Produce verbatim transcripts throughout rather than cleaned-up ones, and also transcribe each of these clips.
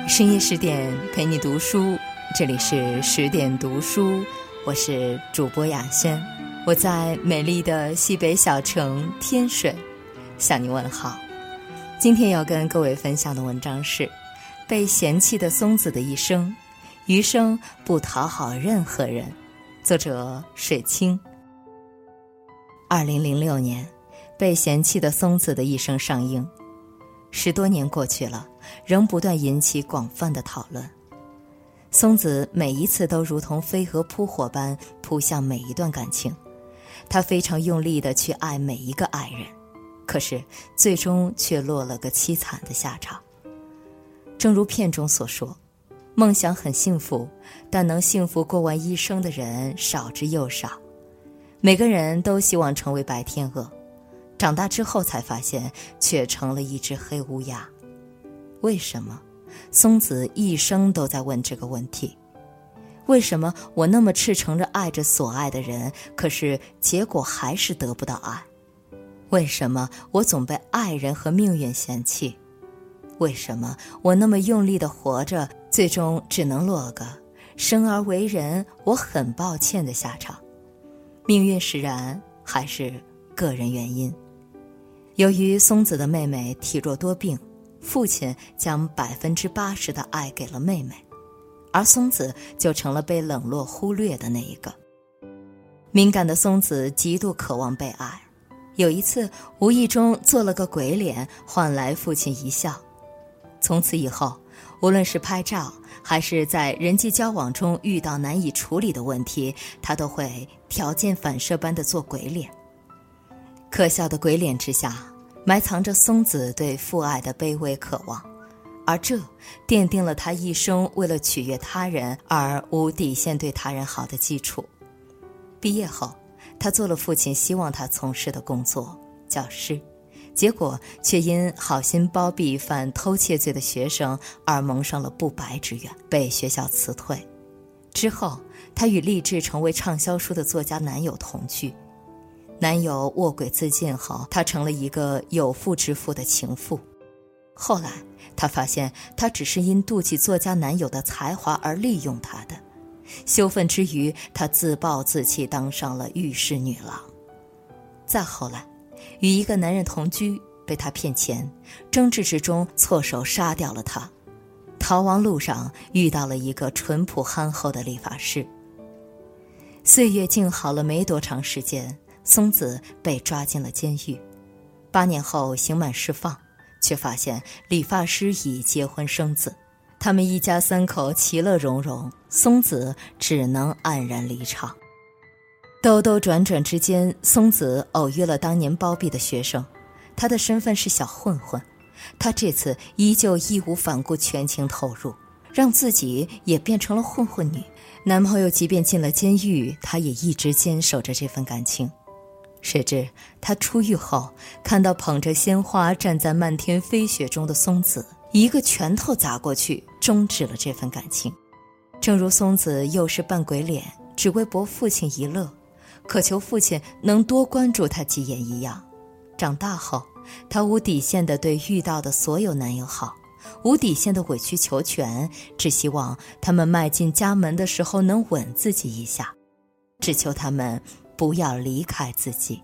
深夜十点陪你读书，这里是十点读书，我是主播雅轩，我在美丽的西北小城天水向你问好。今天要跟各位分享的文章是被嫌弃的松子的一生，余生不讨好任何人，作者水清。二零零六年，被嫌弃的松子的一生上映，十多年过去了，仍不断引起广泛的讨论。松子每一次都如同飞蛾扑火般扑向每一段感情，他非常用力地去爱每一个爱人，可是最终却落了个凄惨的下场。正如片中所说，梦想很幸福，但能幸福过完一生的人少之又少。每个人都希望成为白天鹅，长大之后才发现却成了一只黑乌鸦。为什么？松子一生都在问这个问题。为什么我那么赤诚地爱着所爱的人，可是结果还是得不到爱？为什么我总被爱人和命运嫌弃？为什么我那么用力地活着，最终只能落个生而为人我很抱歉的下场？命运使然，还是个人原因？由于松子的妹妹体弱多病，父亲将百分之八十的爱给了妹妹，而松子就成了被冷落忽略的那一个。敏感的松子极度渴望被爱，有一次无意中做了个鬼脸，换来父亲一笑。从此以后，无论是拍照还是在人际交往中遇到难以处理的问题，他都会条件反射般的做鬼脸。可笑的鬼脸之下，埋藏着松子对父爱的卑微渴望，而这奠定了他一生为了取悦他人而无底线对他人好的基础。毕业后，他做了父亲希望他从事的工作，教师，结果却因好心包庇犯偷窃罪的学生而蒙上了不白之冤，被学校辞退。之后，他与立志成为畅销书的作家男友同居。男友卧轨自尽后，他成了一个有妇之夫的情妇。后来他发现他只是因妒忌作家男友的才华而利用他的，羞愤之余，他自暴自弃，当上了浴室女郎。再后来与一个男人同居，被他骗钱，争执之中错手杀掉了他。逃亡路上遇到了一个淳朴憨厚的理发师。岁月静好了没多长时间，松子被抓进了监狱。八年后刑满释放，却发现理发师已结婚生子，他们一家三口其乐融融，松子只能黯然离场。兜兜转转之间，松子偶遇了当年包庇的学生，他的身份是小混混。他这次依旧义无反顾，全情投入，让自己也变成了混混女。男朋友即便进了监狱，他也一直坚守着这份感情。谁知他出狱后，看到捧着鲜花站在漫天飞雪中的松子，一个拳头砸过去，终止了这份感情。正如松子又是扮鬼脸，只为博父亲一乐，渴求父亲能多关注他几眼一样。长大后，他无底线地对遇到的所有男友好，无底线的委曲求全，只希望他们迈进家门的时候能吻自己一下，只求他们不要离开自己。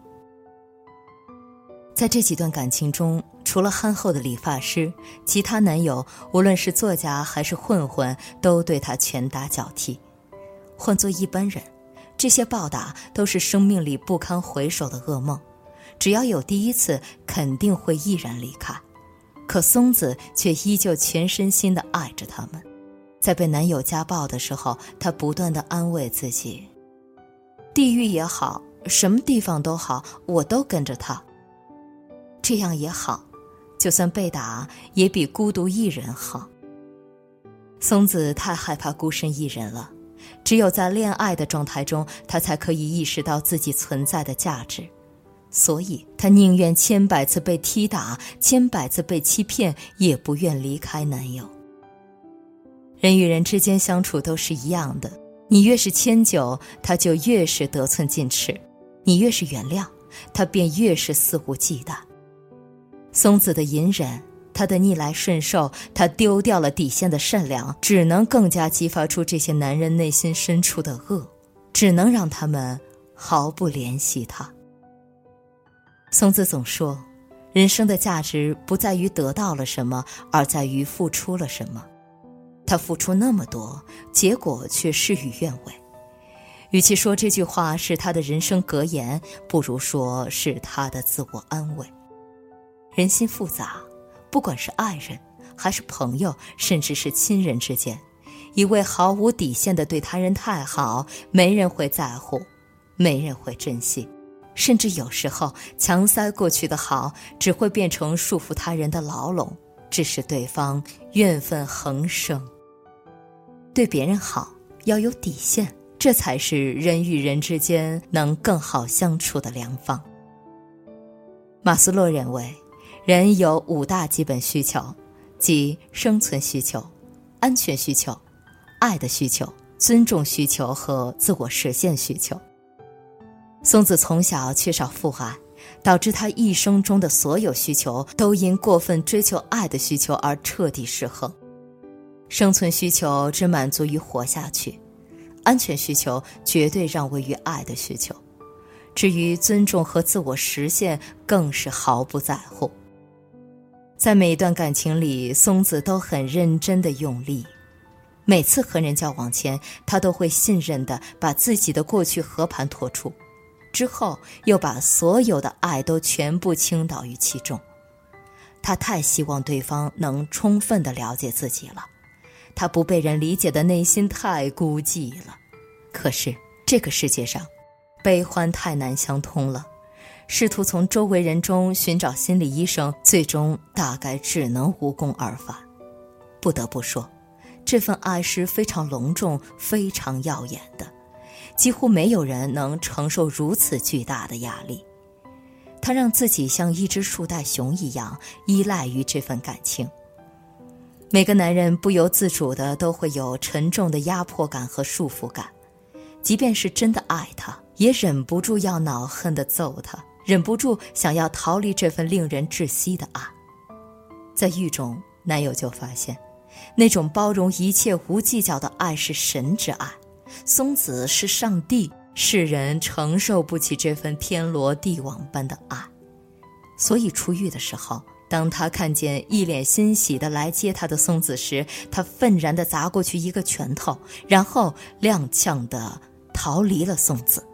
在这几段感情中，除了憨厚的理发师，其他男友无论是作家还是混混，都对他拳打脚踢。换作一般人，这些暴打都是生命里不堪回首的噩梦，只要有第一次，肯定会毅然离开。可松子却依旧全身心地爱着他们。在被男友家暴的时候，她不断地安慰自己，地狱也好，什么地方都好，我都跟着他。这样也好，就算被打，也比孤独一人好。松子太害怕孤身一人了，只有在恋爱的状态中，她才可以意识到自己存在的价值。所以她宁愿千百次被踢打，千百次被欺骗，也不愿离开男友。人与人之间相处都是一样的，你越是迁就，他就越是得寸进尺；你越是原谅，他便越是肆无忌惮。松子的隐忍他的逆来顺受，他丢掉了底线的善良，只能更加激发出这些男人内心深处的恶，只能让他们毫不怜惜他。松子总说，人生的价值不在于得到了什么，而在于付出了什么。他付出那么多，结果却事与愿违。与其说这句话是他的人生格言，不如说是他的自我安慰。人心复杂，不管是爱人还是朋友，甚至是亲人之间，一味毫无底线地对他人太好，没人会在乎，没人会珍惜，甚至有时候强塞过去的好只会变成束缚他人的牢笼，致使对方怨愤横生。对别人好要有底线，这才是人与人之间能更好相处的良方。马斯洛认为，人有五大基本需求，即生存需求、安全需求、爱的需求、尊重需求和自我实现需求。松子从小缺少父爱，导致他一生中的所有需求都因过分追求爱的需求而彻底失衡。生存需求只满足于活下去，安全需求绝对让位于爱的需求，至于尊重和自我实现更是毫不在乎。在每一段感情里，松子都很认真地用力，每次和人交往前，他都会信任地把自己的过去和盘托出，之后又把所有的爱都全部倾倒于其中。他太希望对方能充分地了解自己了，他不被人理解的内心太孤寂了。可是这个世界上悲欢太难相通了，试图从周围人中寻找心理医生，最终大概只能无功而返。不得不说，这份爱是非常隆重非常耀眼的，几乎没有人能承受如此巨大的压力。他让自己像一只树袋熊一样依赖于这份感情。每个男人不由自主的都会有沉重的压迫感和束缚感，即便是真的爱他，也忍不住要恼恨地揍他，忍不住想要逃离这份令人窒息的爱。在狱中，男友就发现，那种包容一切无计较的爱是神之爱，松子是上帝，世人承受不起这份天罗地网般的爱。所以出狱的时候，当他看见一脸欣喜地来接他的松子时，他愤然地砸过去一个拳头，然后踉跄地逃离了松子。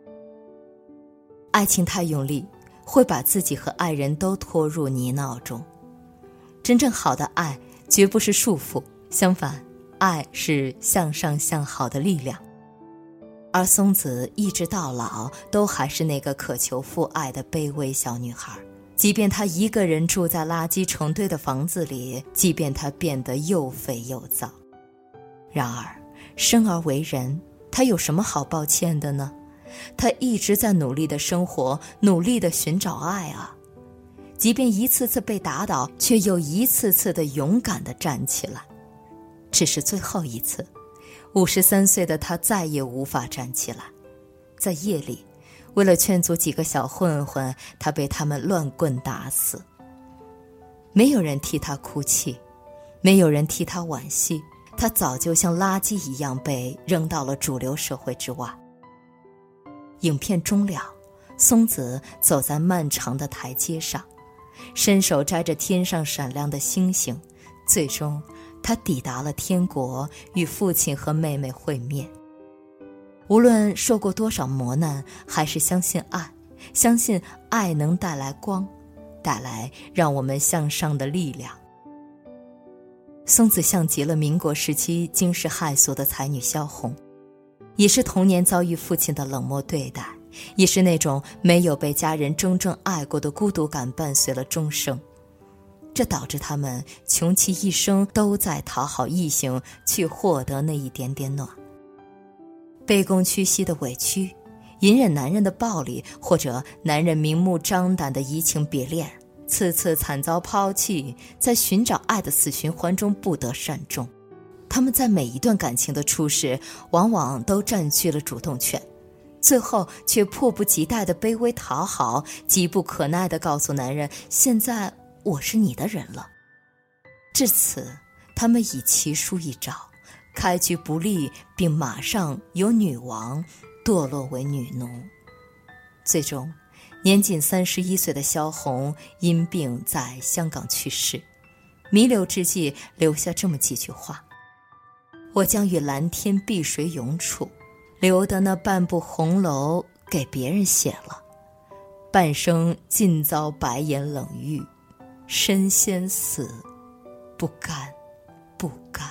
爱情太用力，会把自己和爱人都拖入泥淖中。真正好的爱绝不是束缚，相反，爱是向上向好的力量。而松子一直到老都还是那个渴求父爱的卑微小女孩，即便她一个人住在垃圾成堆的房子里，即便她变得又肥又糟。然而生而为人，她有什么好抱歉的呢？她一直在努力的生活，努力的寻找爱啊，即便一次次被打倒，却又一次次的勇敢地站起来。只是最后一次，五十三岁的她再也无法站起来。在夜里，为了劝阻几个小混混，她被他们乱棍打死。没有人替她哭泣，没有人替她惋惜，她早就像垃圾一样被扔到了主流社会之外。影片终了，松子走在漫长的台阶上，伸手摘着天上闪亮的星星，最终他抵达了天国，与父亲和妹妹会面。无论受过多少磨难，还是相信爱，相信爱能带来光，带来让我们向上的力量。松子像极了民国时期惊世骇俗的才女萧红，也是童年遭遇父亲的冷漠对待，也是那种没有被家人真正爱过的孤独感伴随了终生。这导致他们穷其一生都在讨好异性，去获得那一点点暖。卑躬屈膝的委屈，隐忍男人的暴力，或者男人明目张胆的移情别恋，次次惨遭抛弃，在寻找爱的死循环中不得善终。他们在每一段感情的初始，往往都占据了主动权，最后却迫不及待的卑微讨好，急不可耐地告诉男人，现在我是你的人了， 至此，他们以奇书一招，开局不利，并马上由女王堕落为女奴。最终，年仅三十一岁的萧红因病在香港去世，弥留之际留下这么几句话：我将与蓝天碧水永处，留得那半部红楼给别人写了，半生尽遭白眼冷遇，身先死，不甘不甘。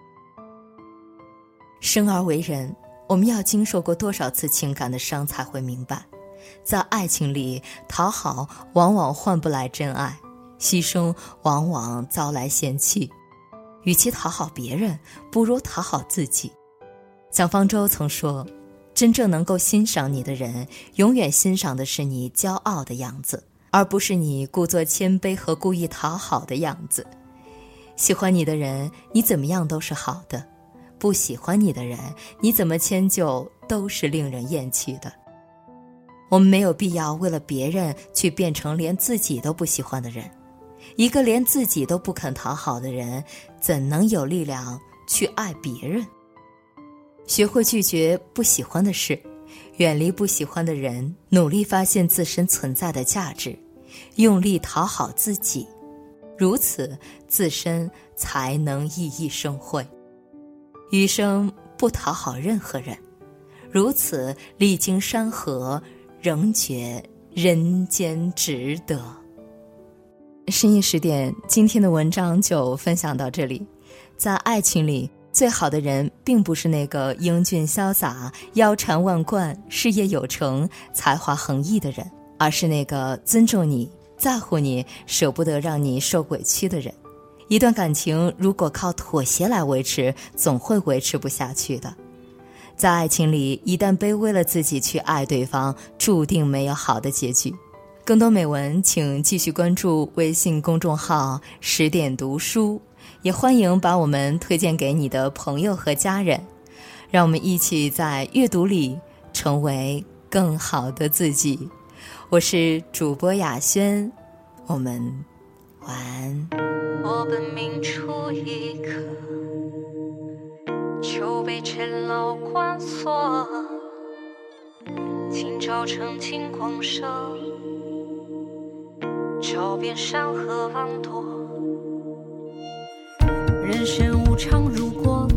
生而为人，我们要经受过多少次情感的伤，才会明白，在爱情里，讨好往往换不来真爱，牺牲往往遭来嫌弃。与其讨好别人，不如讨好自己。蒋方舟曾说，真正能够欣赏你的人，永远欣赏的是你骄傲的样子，而不是你故作谦卑和故意讨好的样子。喜欢你的人，你怎么样都是好的；不喜欢你的人，你怎么迁就都是令人厌弃的。我们没有必要为了别人去变成连自己都不喜欢的人。一个连自己都不肯讨好的人，怎能有力量去爱别人？学会拒绝不喜欢的事，远离不喜欢的人，努力发现自身存在的价值，用力讨好自己，如此自身才能熠熠生辉。余生不讨好任何人，如此历经山河，仍觉人间值得。深夜十点，今天的文章就分享到这里。在爱情里，最好的人并不是那个英俊潇洒、腰缠万贯、事业有成、才华横溢的人，而是那个尊重你、在乎你、舍不得让你受委屈的人。一段感情如果靠妥协来维持，总会维持不下去的。在爱情里，一旦卑微了自己去爱对方，注定没有好的结局。更多美文请继续关注微信公众号十点读书，也欢迎把我们推荐给你的朋友和家人，让我们一起在阅读里成为更好的自己。我是主播雅轩，我们晚安。 我本命出一刻，就被监牢关锁，今朝趁金光射，照遍山河万朵。人生无常，如果